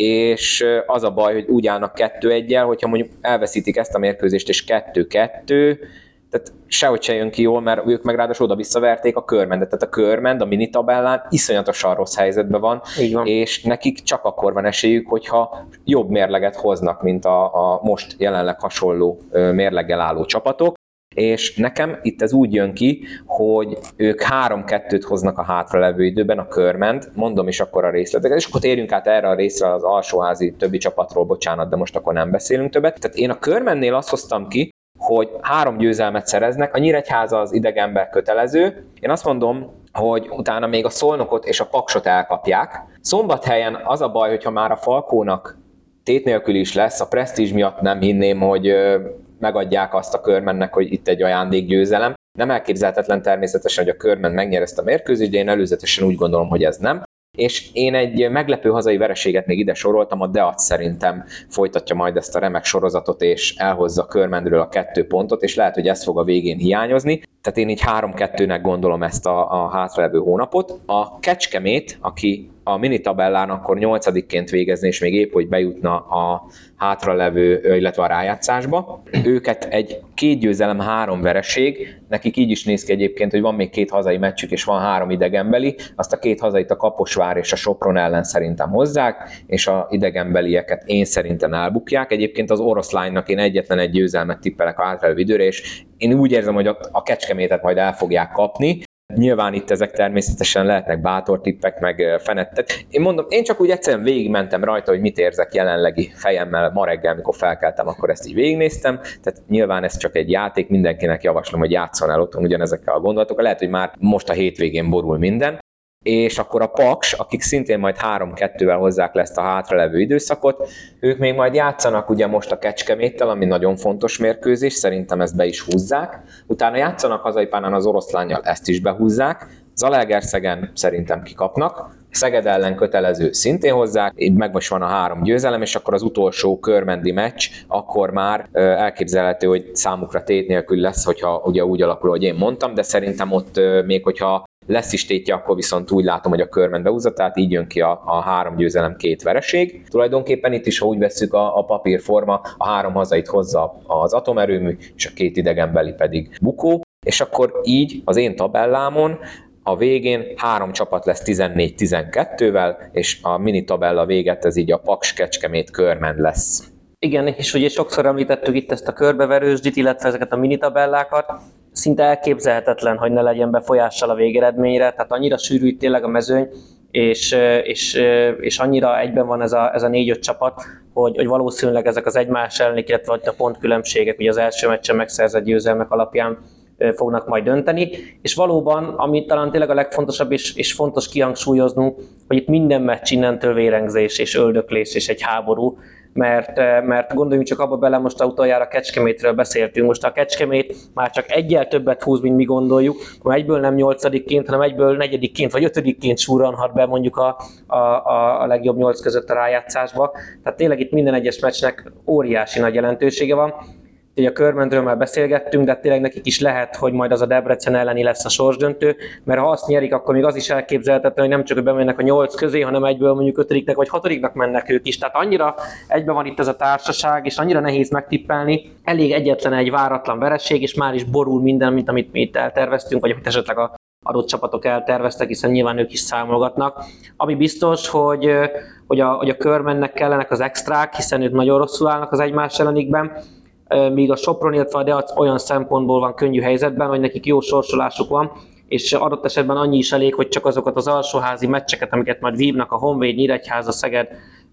és az a baj, hogy úgy állnak kettő egyel, hogyha mondjuk elveszítik ezt a mérkőzést, és kettő kettő, tehát sehogy se jön ki jól, mert ők meg ráadásul oda visszaverték a Körmendet. Tehát a Körmend a minitabellán iszonyatosan rossz helyzetben van, van, és nekik csak akkor van esélyük, hogyha jobb mérleget hoznak, mint a, a most jelenleg hasonló mérleggel álló csapatok. És nekem itt ez úgy jön ki, hogy ők három kettőt hoznak a hátralevő időben, a Körmend, mondom is akkor a részleteket, és akkor térjünk át erre a részre az alsóházi többi csapatról, bocsánat, de most akkor nem beszélünk többet. Tehát én a Körmendnél azt hoztam ki, hogy három győzelmet szereznek, a Nyíregyháza az idegenben kötelező. Én azt mondom, hogy utána még a Szolnokot és a Paksot elkapják. Szombathelyen az a baj, hogyha már a Falkónak tét nélkül is lesz, a presztízs miatt nem hinném, hogy megadják azt a Körmendnek, hogy itt egy ajándékgyőzelem. Nem elképzelhetetlen természetesen, hogy a Körmend megnyer ezt a mérkőzést, de én előzetesen úgy gondolom, hogy ez nem. és én egy meglepő hazai vereséget még ide soroltam, a Deac szerintem folytatja majd ezt a remek sorozatot, és elhozza Körmendről a kettő pontot, és lehet, hogy ez fog a végén hiányozni. Tehát én így három kettőnek gondolom ezt a, a hátralevő hónapot. A Kecskemét, aki a minitabellán akkor nyolcadikként végezni, és még épp, hogy bejutna a hátralevő, illetve a rájátszásba. Őket egy két győzelem, három vereség, nekik így is néz ki egyébként, hogy van még két hazai meccsük, és van három idegenbeli, azt a két hazait a Kaposvár és a Sopron ellen szerintem hozzák, és a idegenbelieket én szerintem elbukják. Egyébként az Oroszlánynak én egyetlen egy győzelmet tippelek a hátralevő időre, és én úgy érzem, hogy a Kecskemétet majd el fogják kapni. Nyilván itt ezek természetesen lehetnek bátor tippek, meg fenettet. Én mondom, én csak úgy egyszerűen végigmentem rajta, hogy mit érzek jelenlegi fejemmel ma reggel, mikor felkeltem, akkor ezt így végignéztem. Tehát nyilván ez csak egy játék, mindenkinek javaslom, hogy játsszon el otthon ugyanezekkel a gondolatokkal. Lehet, hogy már most a hétvégén borul minden. És akkor a Paks, akik szintén majd három kettővel hozzák le ezt a hátralevő időszakot, ők még majd játszanak ugye most a Kecskeméttel, ami nagyon fontos mérkőzés, szerintem ezt be is húzzák. Utána játszanak hazai pályán az Oroszlánnyal, ezt is behúzzák. Zalaegerszegen szerintem kikapnak, Szeged ellen kötelező szintén hozzák, így meg most van a három győzelem, és akkor az utolsó körmendi meccs, akkor már elképzelhető, hogy számukra tét nélkül lesz, hogyha ugye úgy alakul, hogy én mondtam, de szerintem ott még hogyha lesz is tétje, akkor viszont úgy látom, hogy a Körmend behúzza, tehát így jön ki a, a három győzelem, két vereség. Tulajdonképpen itt is, ha úgy vesszük a, a papírforma, a három hazait hozza az atomerőmű, és a két idegenbeli pedig Bukó, és akkor így az én tabellámon a végén három csapat lesz tizennégy tizenkettővel, és a mini tabella véget ez így a Paks, Kecskemét, Körmend lesz. Igen, és ugye sokszor említettük itt ezt a körbeverősdit, illetve ezeket a minitabellákat. Szinte elképzelhetetlen, hogy ne legyen befolyással a végeredményre, tehát annyira sűrű itt tényleg a mezőny, és, és, és annyira egyben van ez a, ez a négy-öt csapat, hogy, hogy valószínűleg ezek az egymás elleni, illetve a pontkülönbségek ugye az első meccsen megszerzett győzelmek alapján fognak majd dönteni, és valóban, ami talán tényleg a legfontosabb és, és fontos kihangsúlyoznunk, hogy itt minden meccs innentől vérengzés és öldöklés és egy háború, mert, mert gondoljunk csak abba bele, most a utoljára Kecskemétről beszéltünk, most a Kecskemét már csak egyel többet húz, mint mi gondoljuk, mert egyből nem nyolcadikként, hanem egyből negyedikként vagy ötödikként súranhat be mondjuk a, a, a legjobb nyolc között a rájátszásba, tehát tényleg itt minden egyes meccsnek óriási nagy jelentősége van. Ugye a Körmendről már beszélgettünk, de tényleg nekik is lehet, hogy majd az a Debrecen elleni lesz a sorsdöntő, mert ha azt nyerik, akkor még az is elképzelhetetlen, hogy nem csak, hogy bemennek a nyolc közé, hanem egyből mondjuk ötödiknek vagy hatodiknak mennek ők is. Tehát annyira egyben van itt ez a társaság, és annyira nehéz megtippelni. Elég egyetlen egy váratlan vereség, és már is borul minden, mint amit mi itt elterveztünk, vagy amit esetleg a adott csapatok elterveztek, hiszen nyilván ők is számolgatnak. Ami biztos, hogy, hogy, a, hogy a Körmendnek kellenek az extrák, hiszen ők nagyon rosszul állnak az egymás ellenikben, míg a Sopron, illetve a Deac olyan szempontból van könnyű helyzetben, hogy nekik jó sorsolásuk van, és adott esetben annyi is elég, hogy csak azokat az alsóházi meccseket, amiket majd vívnak a Honvéd, Nyíregyháza, Szeged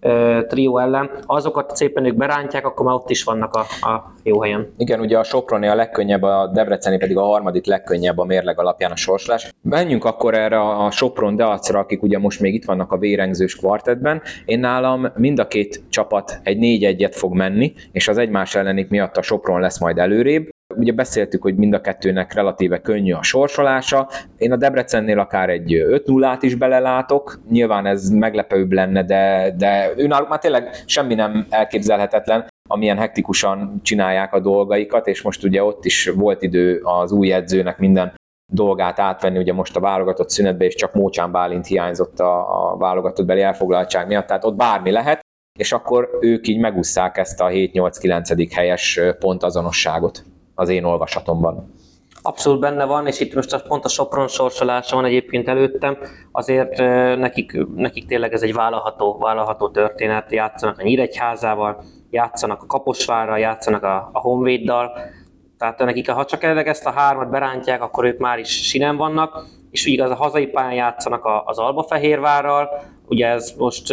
trió ellen, azokat szépen ők berántják, akkor már ott is vannak a, a jó helyen. Igen, ugye a Soproni a legkönnyebb, a Debreceni pedig a harmadik legkönnyebb a mérleg alapján a sorsolás. Menjünk akkor erre a Sopron Deacra, akik ugye most még itt vannak a vérengzős kvartettben. Én nálam mind a két csapat egy négy egyet fog menni, és az egymás ellenik miatt a Sopron lesz majd előrébb. Ugye beszéltük, hogy mind a kettőnek relatíve könnyű a sorsolása. Én a Debrecennél akár egy öt nullát is belelátok. Nyilván ez meglepőbb lenne, de, de őnáluk már tényleg semmi nem elképzelhetetlen, amilyen hektikusan csinálják a dolgaikat, és most ugye ott is volt idő az új edzőnek minden dolgát átvenni, ugye most a válogatott szünetbe, és csak Mócsán Bálint hiányzott a, a válogatottbeli elfoglaltság miatt, tehát ott bármi lehet, és akkor ők így megússzák ezt a hét-nyolc-kilencedik helyes pontazonosságot az én olvasatomban. Abszolút benne van, és itt most pont a Sopron sorsolása van egyébként előttem, azért nekik, nekik tényleg ez egy vállalható, vállalható történet, játszanak a Nyíregyházával, játszanak a Kaposvárral, játszanak a, a Honvéddal, tehát nekik, ha csak ezt a hármat berántják, akkor ők már is sinen vannak, és igaz, a hazai pályán játszanak az Albafehérvárral, ugye ez most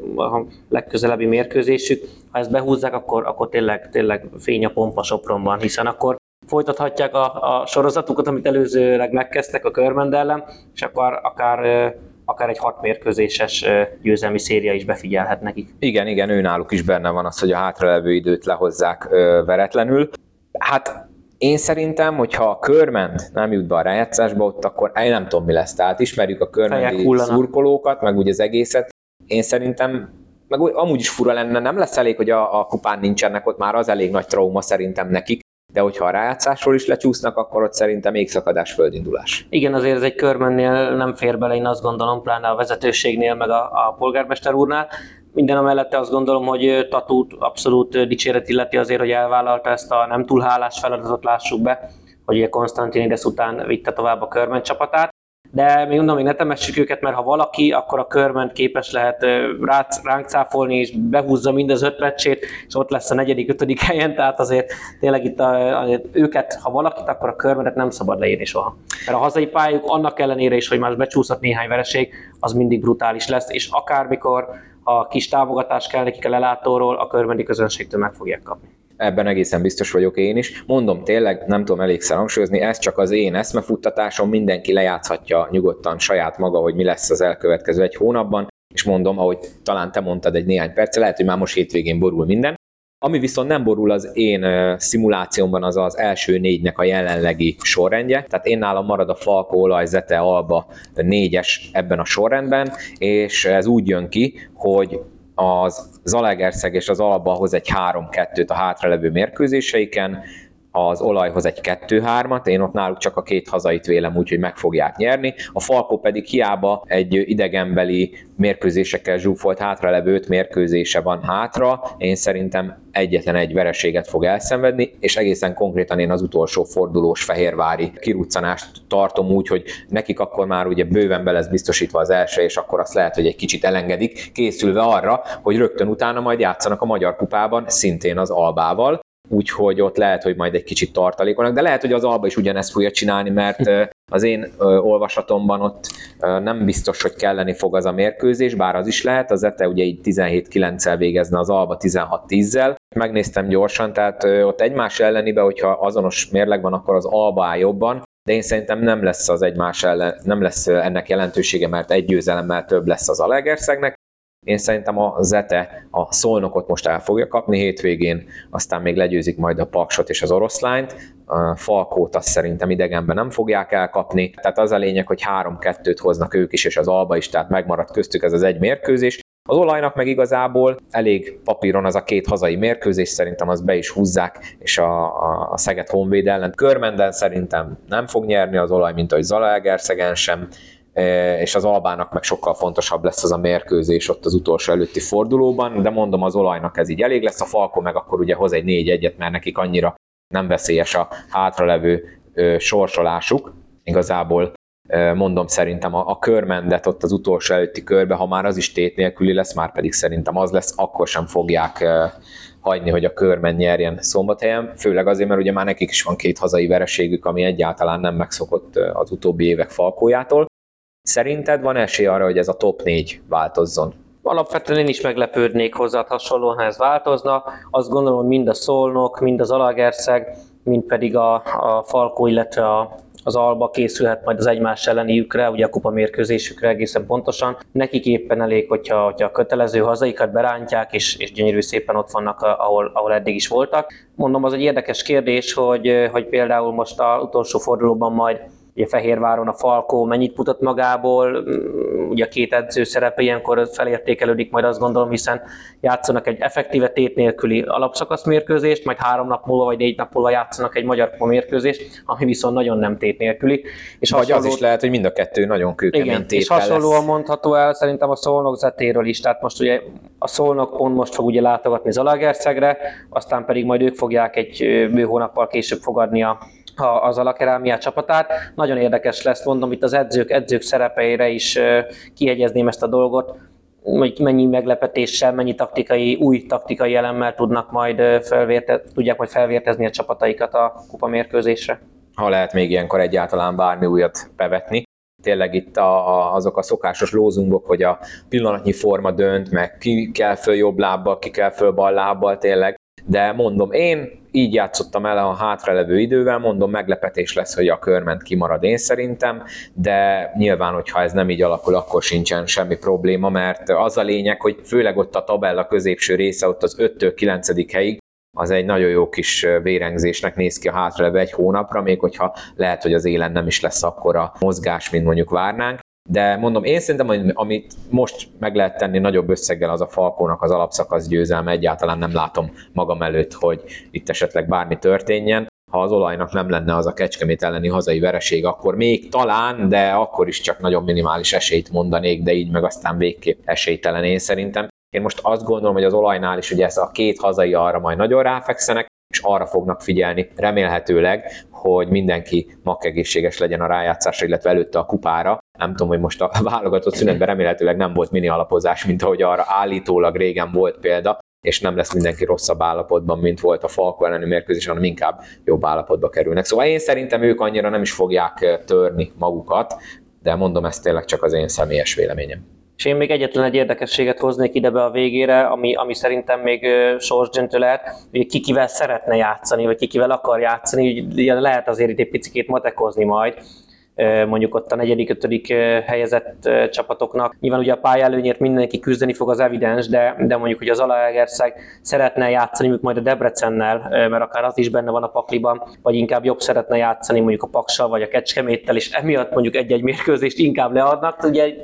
a legközelebbi mérkőzésük, ha ezt behúzzák, akkor, akkor tényleg, tényleg fény a pompa Sopronban, hiszen akkor folytathatják a, a sorozatukat, amit előzőleg megkezdtek a Körmend ellen, és akkor akár, akár egy hat mérkőzéses győzelmi széria is befigyelhet nekik. Igen, igen, őnáluk is benne van az, hogy a hátralevő időt lehozzák veretlenül. Hát Én szerintem, hogyha a Körmend nem jut be a rájátszásba, ott akkor én nem tudom, mi lesz. Tehát ismerjük a körmendi szurkolókat, meg úgy az egészet. Én szerintem, meg amúgy is fura lenne, nem lesz elég, hogy a, a kupán nincsenek ott, már az elég nagy trauma szerintem nekik, de hogyha a rájátszásról is lecsúsznak, akkor ott szerintem égszakadás, földindulás. Igen, azért ez egy Körmendnél nem fér bele, én azt gondolom, pláne a vezetőségnél, meg a, a polgármester úrnál. Minden amellett azt gondolom, hogy Tatút abszolút dicséret illeti azért, hogy elvállalta ezt a nem túl hálás feladatot, lássuk be, hogy Konstantinides után vitte tovább a Körmend csapatát. De még mondom, hogy ne temessük őket, mert ha valaki, akkor a Körmend képes lehet ránk cáfolni, és behúzza mindez öt meccsét, és ott lesz a negyedik, ötödik helyen, tehát azért tényleg itt a, a, őket, ha valakit, akkor a Körmendet nem szabad leírni soha. Mert a hazai pályájuk annak ellenére is, hogy már becsúszott néhány vereség, az mindig brutális lesz, és akármikor a kis támogatás kell nekik a lelátóról, a körmendi közönségtől meg fogják kapni. Ebben egészen biztos vagyok én is. Mondom, tényleg nem tudom elégszer hangsúlyozni, ez csak az én eszmefuttatásom, mindenki lejátszhatja nyugodtan saját maga, hogy mi lesz az elkövetkező egy hónapban, és mondom, ahogy talán te mondtad egy néhány perce, lehet, hogy már most hétvégén borul minden. Ami viszont nem borul az én szimulációmban, az az első négynek a jelenlegi sorrendje, tehát én nálam marad a Falko, Olaj, Zete, Alba négyes ebben a sorrendben, és ez úgy jön ki, hogy az Zalaegerszeg és az Alba hoz egy három kettőt a hátralevő mérkőzéseiken, az Olajhoz egy kettő hármat, én ott náluk csak a két hazait vélem úgy, hogy meg fogják nyerni, a Falko pedig hiába egy idegenbeli mérkőzésekkel zsúfolt hátralevő öt mérkőzése van hátra, én szerintem egyetlen egy vereséget fog elszenvedni, és egészen konkrétan én az utolsó fordulós fehérvári kiruccanást tartom úgy, hogy nekik akkor már ugye bőven be lesz biztosítva az első, és akkor azt lehet, hogy egy kicsit elengedik, készülve arra, hogy rögtön utána majd játszanak a Magyar Kupában, szintén az Albával. Úgyhogy ott lehet, hogy majd egy kicsit tartalékolnak, de lehet, hogy az Alba is ugyanezt fogja csinálni, mert az én olvasatomban ott nem biztos, hogy kelleni fog az a mérkőzés, bár az is lehet, az Zete ugye így tizenhét kilenccel végezne, az Alba tizenhat tízzel. Megnéztem gyorsan, tehát ott egymás ellenibe, hogyha azonos mérleg van, akkor az Alba áll jobban, de én szerintem nem lesz az egymás ellen, nem lesz ennek jelentősége, mert egy győzelemmel több lesz az Zalaegerszegnek. Én szerintem a Zete a Szolnokot most el fogja kapni hétvégén, aztán még legyőzik majd a Paksot és az Oroszlányt. A Falkót azt szerintem idegenben nem fogják elkapni. Tehát az a lényeg, hogy három kettőt hoznak ők is, és az Alba is, tehát megmaradt köztük ez az egy mérkőzés. Az Olajnak meg igazából elég papíron az a két hazai mérkőzés, szerintem az be is húzzák, és a, a, a Szeged Honvéd ellen Körmenden szerintem nem fog nyerni az Olaj, mint ahogy Zalaegerszegen sem, és az Albának meg sokkal fontosabb lesz az a mérkőzés ott az utolsó előtti fordulóban, de mondom, az Olajnak ez így elég lesz, a Falko meg akkor ugye hoz egy négy egyet, mert nekik annyira nem veszélyes a hátralevő sorsolásuk. Igazából mondom, szerintem a, a Körmendet ott az utolsó előtti körbe, ha már az is tét nélküli lesz, már pedig szerintem az lesz, akkor sem fogják hagyni, hogy a Körmend nyerjen Szombathelyen, főleg azért, mert ugye már nekik is van két hazai vereségük, ami egyáltalán nem megszokott az utóbbi évek Falkójától. Szerinted van esély arra, hogy ez a top négy változzon? Alapvetően én is meglepődnék hozzá hasonlóan, ha ez változna. Azt gondolom, hogy mind a Szolnok, mind az Zalaegerszeg, mind pedig a, a Falkó, illetve a, az Alba készülhet majd az egymás elleniükre, ugye a kupa mérkőzésükre egészen pontosan. Nekik éppen elég, hogyha, hogyha a kötelező hazaikat berántják, és, és gyönyörű szépen ott vannak, ahol, ahol eddig is voltak. Mondom, az egy érdekes kérdés, hogy, hogy például most az utolsó fordulóban majd ugye Fehérváron a Falkó mennyit mutat magából, ugye a két edző szerepe ilyenkor felértékelődik majd, azt gondolom, hiszen játszanak egy effektíve tét nélküli alapszakasz mérkőzést, majd három nap múlva vagy négy nap múlva játszanak egy magyar kupa mérkőzést, ami viszont nagyon nem tét nélküli. És vagy hasonló... az is lehet, hogy mind a kettő nagyon kőkemény téttel és hasonlóan lesz. Mondható el szerintem a Szolnok Zetéről is, tehát most ugye a Szolnok pont most fog ugye látogatni Zalaegerszegre, aztán pedig majd ők fogják egy bő hónappal később fogadni a az Alakerámia csapatát. Nagyon érdekes lesz, mondom, itt az edzők, edzők szerepeire is kiegyezném ezt a dolgot, hogy mennyi meglepetéssel, mennyi taktikai, új taktikai elemmel tudnak majd felvérte, tudják majd felvértezni a csapataikat a kupamérkőzésre. Ha lehet még ilyenkor egyáltalán bármi újat bevetni. Tényleg itt a, a, azok a szokásos lózungok, hogy a pillanatnyi forma dönt, meg ki kell föl jobb lábbal, ki kell föl bal lábbal tényleg. De mondom, én így játszottam el a hátralevő idővel, mondom, meglepetés lesz, hogy a Körmend kimarad én szerintem, de nyilván, hogyha ez nem így alakul, akkor sincsen semmi probléma, mert az a lényeg, hogy főleg ott a tabella középső része, ott az öttől kilencedik helyig, az egy nagyon jó kis vérengzésnek néz ki a hátralevő egy hónapra, még hogyha lehet, hogy az élen nem is lesz akkora mozgás, mint mondjuk várnánk. De mondom, én szerintem, hogy amit most meg lehet tenni nagyobb összeggel, az a Falkónak az alapszakasz győzelme. Egyáltalán nem látom magam előtt, hogy itt esetleg bármi történjen. Ha az olajnak nem lenne az a Kecskemét elleni hazai vereség, akkor még talán, de akkor is csak nagyon minimális esélyt mondanék, de így meg aztán végképp esélytelen én szerintem. Én most azt gondolom, hogy az olajnál is ugye ez a két hazai arra majd nagyon ráfekszenek, és arra fognak figyelni remélhetőleg, hogy mindenki makkegészséges legyen a rájátszásra, illetve előtte a kupára. Nem tudom, hogy most a válogatott szünetben remélhetőleg nem volt mini alapozás, mint ahogy arra állítólag régen volt példa, és nem lesz mindenki rosszabb állapotban, mint volt a Falkó elleni mérkőzés, hanem inkább jobb állapotba kerülnek. Szóval én szerintem ők annyira nem is fogják törni magukat, de mondom, ez tényleg csak az én személyes véleményem. És én még egyetlen egy érdekességet hoznék ide be a végére, ami, ami szerintem még sorsdöntő lehet, hogy ki kivel szeretne játszani, vagy ki kivel akar játszani, ugye lehet azért itt egy picikét matekozni majd, mondjuk ott a negyedik, ötödik helyezett csapatoknak. Nyilván ugye a pályelőnyért mindenki küzdeni fog, az evidens, de, de mondjuk hogy az Zalaegerszeg szeretne játszani mondjuk majd a Debrecennel, mert akár az is benne van a pakliban, vagy inkább jobb szeretne játszani mondjuk a Paksal vagy a Kecskeméttel, és emiatt mondjuk egy-egy mérkőzést inkább leadnak. Ugye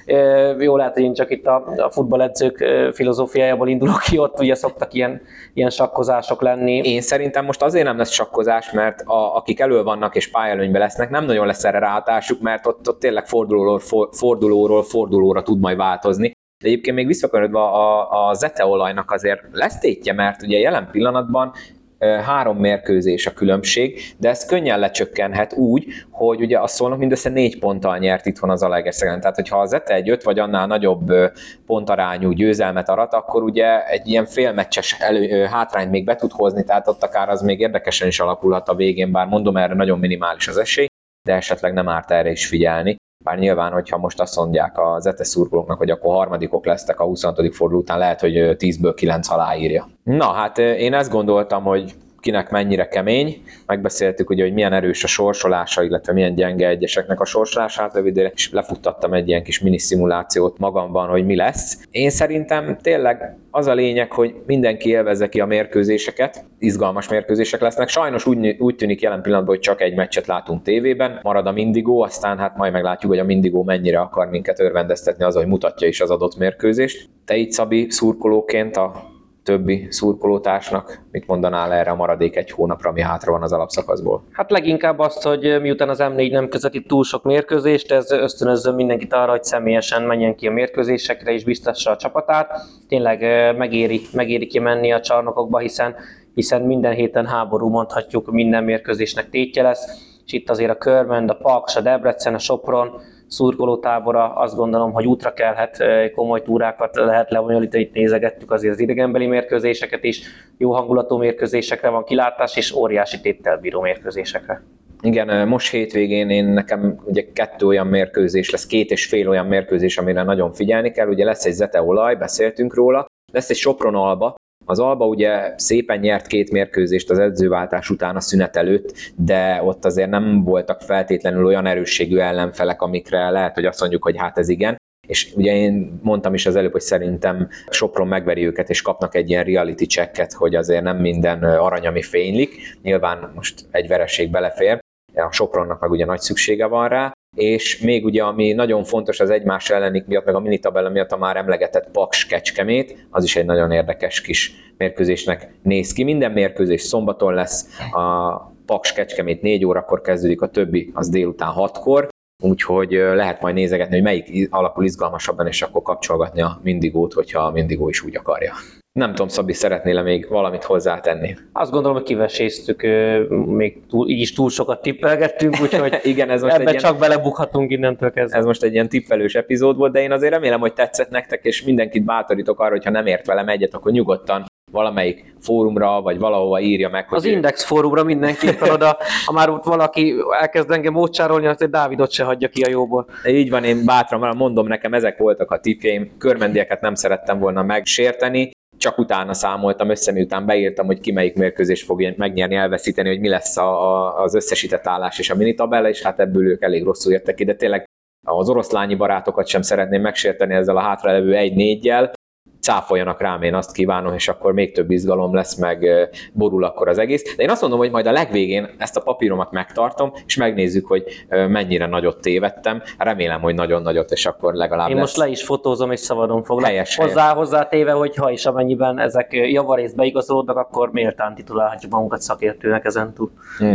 jó lehet, hogy én csak itt a, a futballedzők filozófiájából indulok ki, ott ugye szoktak ilyen, ilyen sakkozások lenni. Én szerintem most azért nem lesz sakkozás, mert a, akik elő vannak és pályelőnyben lesznek, nem nagyon lesz erre rátásuk, mert ott, ott tényleg fordulóról, for, fordulóról fordulóra tud majd változni. De egyébként még visszakanyarodva a, a Zete olajnak azért lesz tétje, mert ugye jelen pillanatban három mérkőzés a különbség, de ez könnyen lecsökkenhet úgy, hogy ugye a Szolnok mindössze négy ponttal nyert itthon az Zalaegerszegen. Tehát, hogyha a Zete egy öt vagy annál nagyobb pontarányú győzelmet arat, akkor ugye egy ilyen félmeccses elő, hátrányt még be tud hozni, tehát ott akár az még érdekesen is alakulhat a végén, bár mondom, erre nagyon minimális az esély, de esetleg nem árt erre is figyelni. Bár nyilván, hogyha most azt mondják a Zete szurkolóknak, hogy akkor harmadikok lesztek a huszonhatodik forduló után, lehet, hogy tízből kilenc aláírja. Na, hát én ezt gondoltam, hogy kinek mennyire kemény. Megbeszéltük ugye, hogy milyen erős a sorsolása, illetve milyen gyenge egyeseknek a sorsolását rövidre, és lefuttattam egy ilyen kis mini szimulációt magamban, hogy mi lesz. Én szerintem tényleg az a lényeg, hogy mindenki élvezze ki a mérkőzéseket, izgalmas mérkőzések lesznek. Sajnos úgy, úgy tűnik jelen pillanatban, hogy csak egy meccset látunk tévében, marad a Mindigo, aztán hát majd meglátjuk, hogy a Mindigo mennyire akar minket örvendeztetni az, hogy mutatja is az adott mérkőzést. Te itt, Szabi, szurkolóként a többi szurkolótársnak mit mondanál erre a maradék egy hónapra, ami hátra van az alapszakaszból? Hát leginkább azt, hogy miután az em négy nem közvetít túl sok mérkőzést, ez ösztönözzön mindenkit arra, hogy személyesen menjen ki a mérkőzésekre és biztassa a csapatát. Tényleg megéri, megéri kimenni a csarnokokba, hiszen, hiszen minden héten háború, mondhatjuk, minden mérkőzésnek tétje lesz, és itt azért a Körmend, a Paks, a Debrecen, a Sopron szurkolótábora, azt gondolom, hogy útra kelhet, komoly túrákat lehet lebonyolítani, itt nézegettük azért az idegenbeli mérkőzéseket is, jó hangulatú mérkőzésekre van kilátás, és óriási téttel bíró mérkőzésekre. Igen, most hétvégén én nekem ugye kettő olyan mérkőzés lesz, két és fél olyan mérkőzés, amire nagyon figyelni kell, ugye lesz egy Zete olaj, beszéltünk róla, lesz egy Sopron Alba. Az Alba ugye szépen nyert két mérkőzést az edzőváltás után a szünet előtt, de ott azért nem voltak feltétlenül olyan erősségű ellenfelek, amikre lehet, hogy azt mondjuk, hogy hát ez igen. És ugye én mondtam is az előbb, hogy szerintem Sopron megveri őket, és kapnak egy ilyen reality checket, hogy azért nem minden arany, ami fénylik. Nyilván most egy vereség belefér, a Sopronnak meg ugye nagy szüksége van rá. És még ugye, ami nagyon fontos az egymás ellenik miatt, meg a minitabella miatt a már emlegetett Paks Kecskemét, az is egy nagyon érdekes kis mérkőzésnek néz ki. Minden mérkőzés szombaton lesz, a Paks Kecskemét négy órakor kezdődik, a többi az délután hatkor, úgyhogy lehet majd nézegetni, hogy melyik alakul izgalmasabban, és akkor kapcsolgatni a Mindigót, hogyha a Mindigó is úgy akarja. Nem tudom, Szabi, szeretnél még valamit hozzátenni? Azt gondolom, hogy kiveséztük, még túl, így is túl sokat tippelgettünk, úgyhogy igen, ez most ebben egy csak ilyen, belebukhatunk innentől kezdve. Ez most egy ilyen tippelős epizód volt, de én azért remélem, hogy tetszett nektek, és mindenkit bátorítok arra, hogy ha nem ért velem egyet, akkor nyugodtan valamelyik fórumra, vagy valahova írja meg. Az Index fórumra mindenképpen oda, ha már ott valaki elkezd engem mócsárolni, azért Dávidot se hagyja ki a jóból. Így van, én bátran mondom, nekem ezek voltak a tippjeim, körmendieket nem szerettem volna megsérteni, csak utána számoltam össze, miután beírtam, hogy ki melyik mérkőzést fog megnyerni, elveszíteni, hogy mi lesz a, a, az összesített állás és a minitabella, és hát ebből ők elég rosszul értek ki, de tényleg az oroszlányi barátokat sem szeretném megsérteni ezzel a hátralevő egy négyjel. cáfoljanak rám, én azt kívánom, és akkor még több izgalom lesz, meg borul akkor az egész. De én azt mondom, hogy majd a legvégén ezt a papíromat megtartom, és megnézzük, hogy mennyire nagyot tévedtem. Remélem, hogy nagyon nagyot, és akkor legalább Én lesz. most le is fotózom, és szabadon foglak. Helyes, hozzá, helyes. hozzá téve, hogy ha és amennyiben ezek javarészt beigazolódnak, akkor méltán titulálhatjuk magunkat szakértőnek ezentúl. Hmm.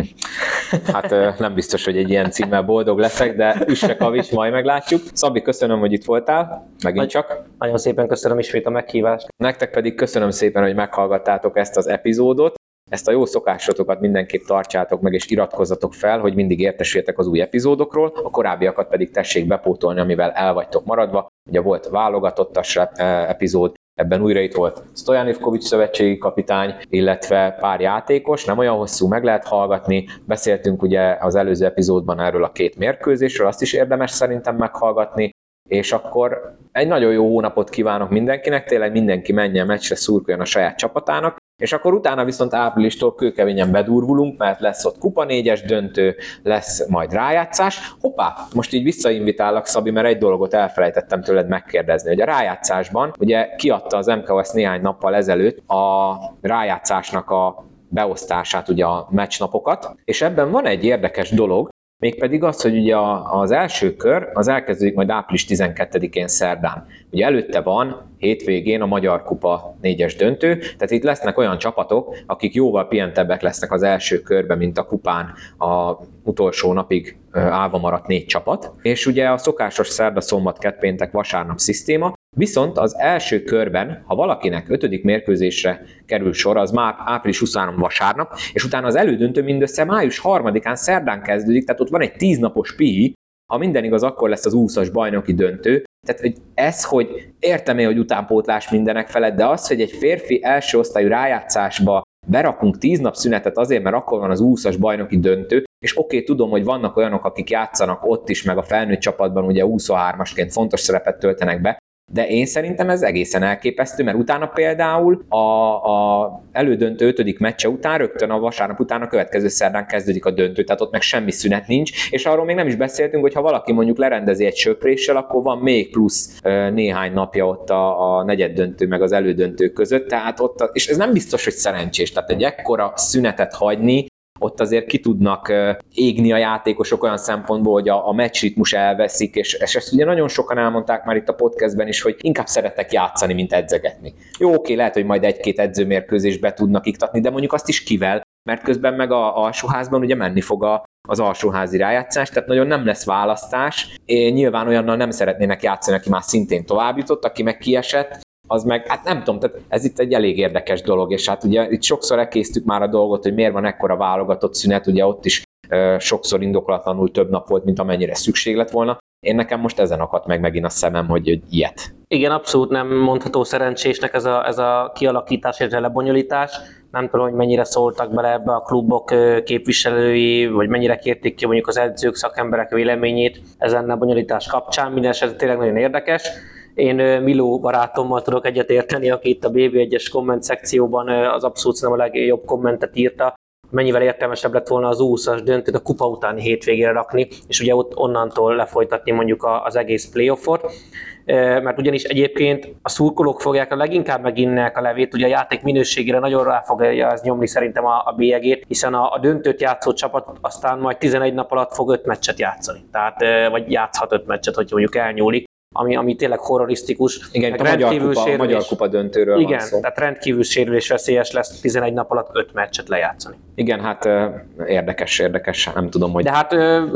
Hát nem biztos, hogy egy ilyen címmel boldog leszek, de üsse kavics, majd meglátjuk. Szabi, köszönöm, hogy itt voltál, megint Nagy, csak. Nagyon szépen köszönöm ismét a meghívást. Nektek pedig köszönöm szépen, hogy meghallgattátok ezt az epizódot. Ezt a jó szokásotokat mindenképp tartsátok meg, és iratkozzatok fel, hogy mindig értesüljetek az új epizódokról, a korábbiakat pedig tessék bepótolni, amivel el vagytok maradva. Ugye volt válogatottas epizód, ebben újra itt volt Stojan Ivkovics szövetségi kapitány, illetve pár játékos, nem olyan hosszú, meg lehet hallgatni. Beszéltünk ugye az előző epizódban erről a két mérkőzésről, azt is érdemes szerintem meghallgatni, és akkor egy nagyon jó hónapot kívánok mindenkinek, tényleg mindenki menjen meccsre, szurkoljon a saját csapatának, és akkor utána viszont áprilistól kőkeményen bedurvulunk, mert lesz ott kupa négyes döntő, lesz majd rájátszás. Hoppá, most így visszainvitálok, Szabi, mert egy dolgot elfelejtettem tőled megkérdezni, hogy a rájátszásban ugye kiadta az em ká o es néhány nappal ezelőtt a rájátszásnak a beosztását, ugye a meccsnapokat, és ebben van egy érdekes dolog, mégpedig az, hogy ugye az első kör az elkezdődik majd április tizenkettedikén szerdán. Ugye előtte van hétvégén a Magyar Kupa négyes döntő, tehát itt lesznek olyan csapatok, akik jóval pihentebbek lesznek az első körben, mint a kupán a utolsó napig állva maradt négy csapat. És ugye a szokásos szerda, szombat, kedd, péntek, vasárnap szisztéma, viszont az első körben, ha valakinek ötödik mérkőzésre kerül sor, az már április huszonharmadika vasárnap, és utána az elődöntő mindössze május harmadikán szerdán kezdődik, tehát ott van egy tíznapos pihi, ha minden igaz, akkor lesz az úszas bajnoki döntő. Tehát hogy ez, hogy értem én, hogy utánpótlás mindenek felett, de az, hogy egy férfi első osztályú rájátszásba berakunk tíz nap szünetet azért, mert akkor van az úszas bajnoki döntő, és oké, okay, tudom, hogy vannak olyanok, akik játszanak ott is, meg a felnőtt csapatban ugye huszonhármasként fontos szerepet töltenek be, de én szerintem ez egészen elképesztő, mert utána például a, a elődöntő ötödik meccse után, rögtön a vasárnap után a következő szerdán kezdődik a döntő, tehát ott meg semmi szünet nincs, és arról még nem is beszéltünk, hogy ha valaki mondjuk lerendezi egy söpréssel, akkor van még plusz néhány napja ott a, a negyeddöntő meg az elődöntő között, tehát ott, a, és ez nem biztos, hogy szerencsés, tehát egy ekkora szünetet hagyni, ott azért ki tudnak égni a játékosok olyan szempontból, hogy a, a meccsritmus elveszik, és, és ezt ugye nagyon sokan elmondták már itt a podcastben is, hogy inkább szeretnek játszani, mint edzegetni. Jó, oké, lehet, hogy majd egy-két edzőmérkőzést be tudnak iktatni, de mondjuk azt is kivel, mert közben meg a alsóházban ugye menni fog a, az alsóházi rájátszás, tehát nagyon nem lesz választás. Én nyilván olyannal nem szeretnének játszani, aki már szintén tovább jutott, aki meg kiesett, az meg, hát nem tudom, tehát ez itt egy elég érdekes dolog, és hát ugye itt sokszor elkésztük már a dolgot, hogy miért van ekkora válogatott szünet, ugye ott is e, sokszor indokolatlanul több nap volt, mint amennyire szükség lett volna. Én nekem most ezen akadt meg megint a szemem, hogy, hogy ilyet. Igen, abszolút nem mondható szerencsésnek ez a, ez a kialakítás és a lebonyolítás. Nem tudom, hogy mennyire szóltak bele ebbe a klubok képviselői, vagy mennyire kérték ki mondjuk az edzők, szakemberek véleményét ezen a bonyolítás kapcsán. Minden esetben tényleg nagyon érdekes. Én Miló barátommal tudok egyetérteni, aki itt a bé bé egyes komment szekcióban az abszolút szerintem a legjobb kommentet írta, mennyivel értelmesebb lett volna az úszas döntőt a kupa utáni hétvégére rakni, és ugye ott onnantól lefolytatni mondjuk az egész playoffot, mert ugyanis egyébként a szurkolók fogják a leginkább meginnek a levét, ugye a játék minőségére nagyon rá fogja ez nyomni szerintem a, a bélyegét, hiszen a, a döntőt játszó csapat aztán majd tizenegy nap alatt fog öt meccset játszani, tehát, vagy játszhat öt meccset, hogy mondjuk elnyúlik. Ami, ami tényleg horrorisztikus. Igen, a magyar kupa, a magyar kupa döntőről igen, van szó. Tehát rendkívül sérülés veszélyes lesz tizenegy nap alatt öt meccset lejátszani. Igen, hát érdekes, érdekes, nem tudom, hogy... De hát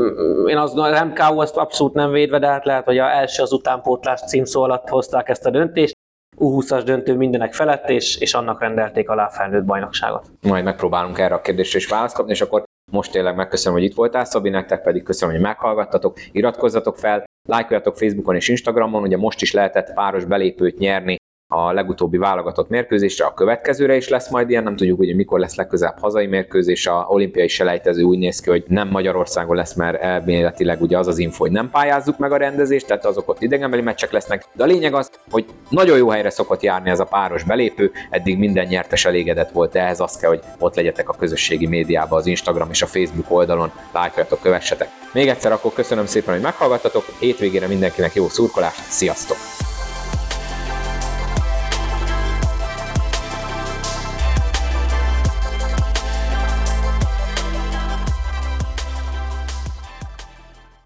én azt gondolom, az em ká o azt abszolút nem védve, de hát lehet, hogy az első az utánpótlás címszó alatt hozták ezt a döntést, U húszas döntő mindenek felett, és, és annak rendelték alá a felnőtt bajnokságot. Majd megpróbálunk erre a kérdésre is választ kapni, és akkor most tényleg megköszönöm, hogy itt voltál, Szabi, nektek pedig köszönöm, hogy meghallgattatok, iratkozzatok fel, lájkoljatok Facebookon és Instagramon, ugye most is lehetett páros belépőt nyerni a legutóbbi válogatott mérkőzésre, a következőre is lesz majd ilyen, nem tudjuk, hogy mikor lesz legközelebb hazai mérkőzés, a olimpiai selejtező úgy néz ki, hogy nem Magyarországon lesz, mert elméletileg ugye az az info, hogy nem pályázzuk meg a rendezést, tehát azok ott idegenbeli meccsek lesznek, de a lényeg az, hogy nagyon jó helyre szokott járni ez a páros belépő, eddig minden nyertes elégedett volt, de ehhez az kell, hogy ott legyetek a közösségi médiában, az Instagram és a Facebook oldalon, lájkoljatok, kövessetek. Még egyszer akkor köszönöm szépen, hogy meghallgattatok, hétvégére mindenkinek jó szurkolást, sziasztok!